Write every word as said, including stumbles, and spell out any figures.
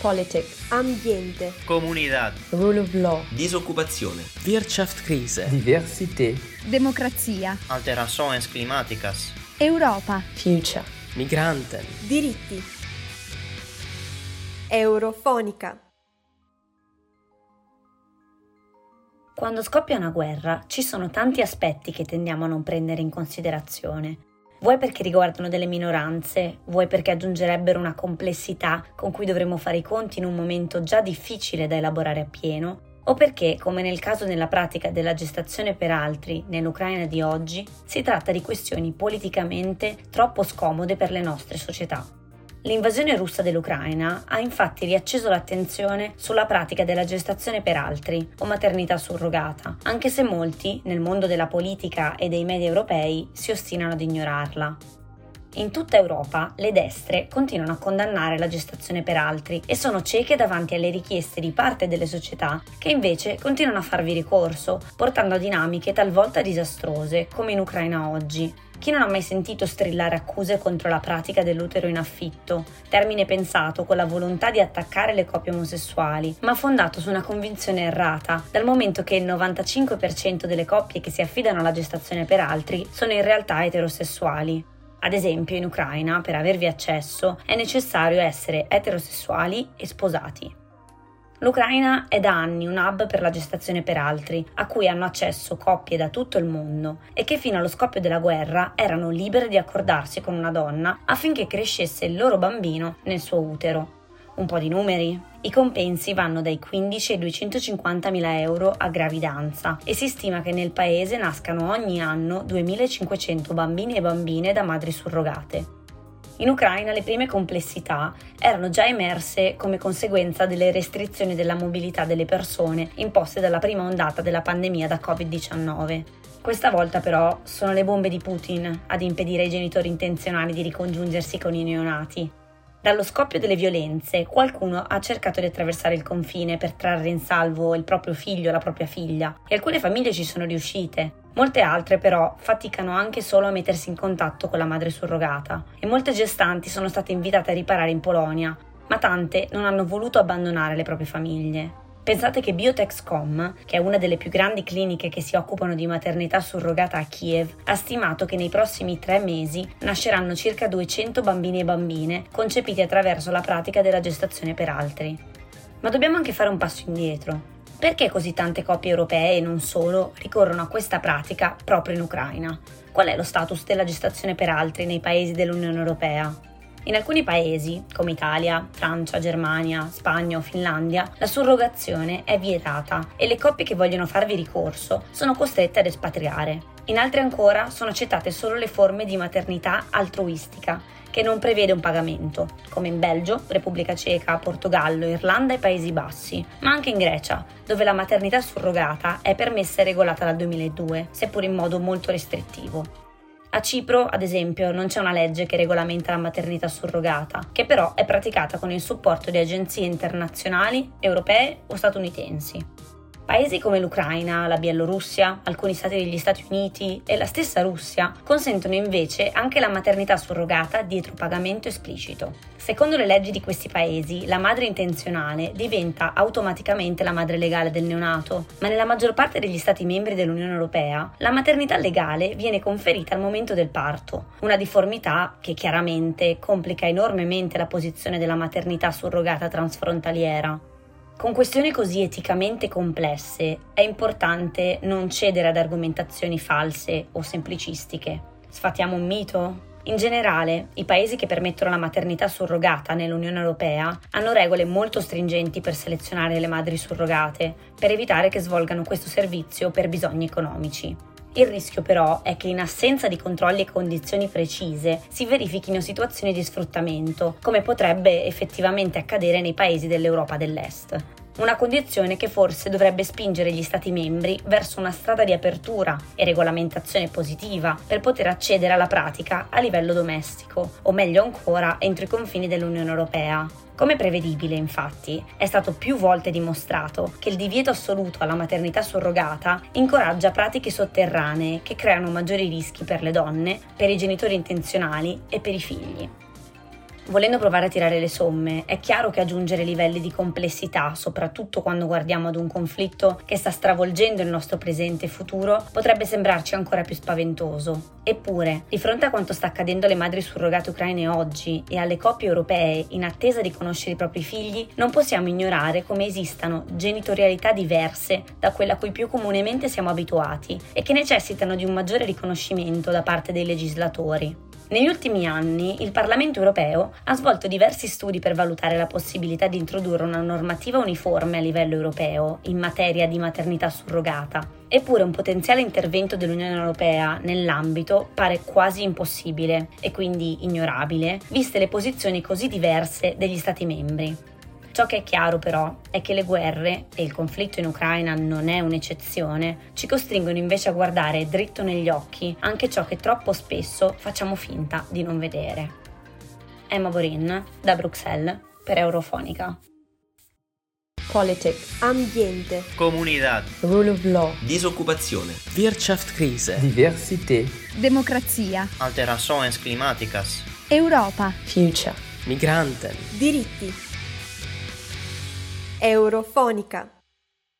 Politik, ambiente, comunità, rule of law, disoccupazione, Wirtschaftskrise, diversità, democrazia, alterações climáticas, Europa, future, migranten, diritti. Eurofonica. Quando scoppia una guerra, ci sono tanti aspetti che tendiamo a non prendere in considerazione. Vuoi perché riguardano delle minoranze, vuoi perché aggiungerebbero una complessità con cui dovremo fare i conti in un momento già difficile da elaborare appieno, o perché, come nel caso della pratica della gestazione per altri nell'Ucraina di oggi, si tratta di questioni politicamente troppo scomode per le nostre società. L'invasione russa dell'Ucraina ha infatti riacceso l'attenzione sulla pratica della gestazione per altri o maternità surrogata, anche se molti, nel mondo della politica e dei media europei, si ostinano ad ignorarla. In tutta Europa le destre continuano a condannare la gestazione per altri e sono cieche davanti alle richieste di parte delle società che invece continuano a farvi ricorso, portando a dinamiche talvolta disastrose, come in Ucraina oggi. Chi non ha mai sentito strillare accuse contro la pratica dell'utero in affitto, termine pensato con la volontà di attaccare le coppie omosessuali, ma fondato su una convinzione errata, dal momento che il novantacinque per cento delle coppie che si affidano alla gestazione per altri sono in realtà eterosessuali. Ad esempio, in Ucraina, per avervi accesso, è necessario essere eterosessuali e sposati. L'Ucraina è da anni un hub per la gestazione per altri, a cui hanno accesso coppie da tutto il mondo e che fino allo scoppio della guerra erano libere di accordarsi con una donna affinché crescesse il loro bambino nel suo utero. Un po' di numeri. I compensi vanno dai quindici ai duecentocinquantamila euro a gravidanza e si stima che nel paese nascano ogni anno duemilacinquecento bambini e bambine da madri surrogate. In Ucraina le prime complessità erano già emerse come conseguenza delle restrizioni della mobilità delle persone imposte dalla prima ondata della pandemia da covid diciannove. Questa volta però sono le bombe di Putin ad impedire ai genitori intenzionali di ricongiungersi con i neonati. Dallo scoppio delle violenze, qualcuno ha cercato di attraversare il confine per trarre in salvo il proprio figlio o la propria figlia, e alcune famiglie ci sono riuscite. Molte altre però faticano anche solo a mettersi in contatto con la madre surrogata, e molte gestanti sono state invitate a riparare in Polonia, ma tante non hanno voluto abbandonare le proprie famiglie. Pensate che Biotexcom, che è una delle più grandi cliniche che si occupano di maternità surrogata a Kiev, ha stimato che nei prossimi tre mesi nasceranno circa duecento bambini e bambine concepiti attraverso la pratica della gestazione per altri. Ma dobbiamo anche fare un passo indietro. Perché così tante coppie europee e non solo ricorrono a questa pratica proprio in Ucraina? Qual è lo status della gestazione per altri nei paesi dell'Unione Europea? In alcuni paesi, come Italia, Francia, Germania, Spagna o Finlandia, la surrogazione è vietata e le coppie che vogliono farvi ricorso sono costrette ad espatriare. In altri ancora sono accettate solo le forme di maternità altruistica, che non prevede un pagamento, come in Belgio, Repubblica Ceca, Portogallo, Irlanda e Paesi Bassi, ma anche in Grecia, dove la maternità surrogata è permessa e regolata dal duemiladue, seppur in modo molto restrittivo. A Cipro, ad esempio, non c'è una legge che regolamenta la maternità surrogata, che però è praticata con il supporto di agenzie internazionali, europee o statunitensi. Paesi come l'Ucraina, la Bielorussia, alcuni stati degli Stati Uniti e la stessa Russia consentono invece anche la maternità surrogata dietro pagamento esplicito. Secondo le leggi di questi paesi, la madre intenzionale diventa automaticamente la madre legale del neonato, ma nella maggior parte degli Stati membri dell'Unione Europea la maternità legale viene conferita al momento del parto, una difformità che chiaramente complica enormemente la posizione della maternità surrogata transfrontaliera. Con questioni così eticamente complesse è importante non cedere ad argomentazioni false o semplicistiche. Sfatiamo un mito? In generale, i paesi che permettono la maternità surrogata nell'Unione Europea hanno regole molto stringenti per selezionare le madri surrogate, per evitare che svolgano questo servizio per bisogni economici. Il rischio però è che in assenza di controlli e condizioni precise si verifichino situazioni di sfruttamento, come potrebbe effettivamente accadere nei paesi dell'Europa dell'Est. Una condizione che forse dovrebbe spingere gli Stati membri verso una strada di apertura e regolamentazione positiva per poter accedere alla pratica a livello domestico, o meglio ancora entro i confini dell'Unione Europea. Come prevedibile, infatti, è stato più volte dimostrato che il divieto assoluto alla maternità surrogata incoraggia pratiche sotterranee che creano maggiori rischi per le donne, per i genitori intenzionali e per i figli. Volendo provare a tirare le somme, è chiaro che aggiungere livelli di complessità, soprattutto quando guardiamo ad un conflitto che sta stravolgendo il nostro presente e futuro, potrebbe sembrarci ancora più spaventoso. Eppure, di fronte a quanto sta accadendo alle madri surrogate ucraine oggi e alle coppie europee in attesa di conoscere i propri figli, non possiamo ignorare come esistano genitorialità diverse da quella a cui più comunemente siamo abituati e che necessitano di un maggiore riconoscimento da parte dei legislatori. Negli ultimi anni il Parlamento europeo ha svolto diversi studi per valutare la possibilità di introdurre una normativa uniforme a livello europeo in materia di maternità surrogata. Eppure un potenziale intervento dell'Unione Europea nell'ambito pare quasi impossibile e quindi ignorabile, viste le posizioni così diverse degli Stati membri. Ciò che è chiaro però è che le guerre, e il conflitto in Ucraina non è un'eccezione, ci costringono invece a guardare dritto negli occhi anche ciò che troppo spesso facciamo finta di non vedere. Emma Borin, da Bruxelles, per Eurofonica. Politics. Ambiente. Comunidad. Rule of law. Disoccupazione. Wirtschaftskrise. Diversität. Democrazia. Alterações climáticas. Europa. Future. Migranten. Diritti. Eurofonica.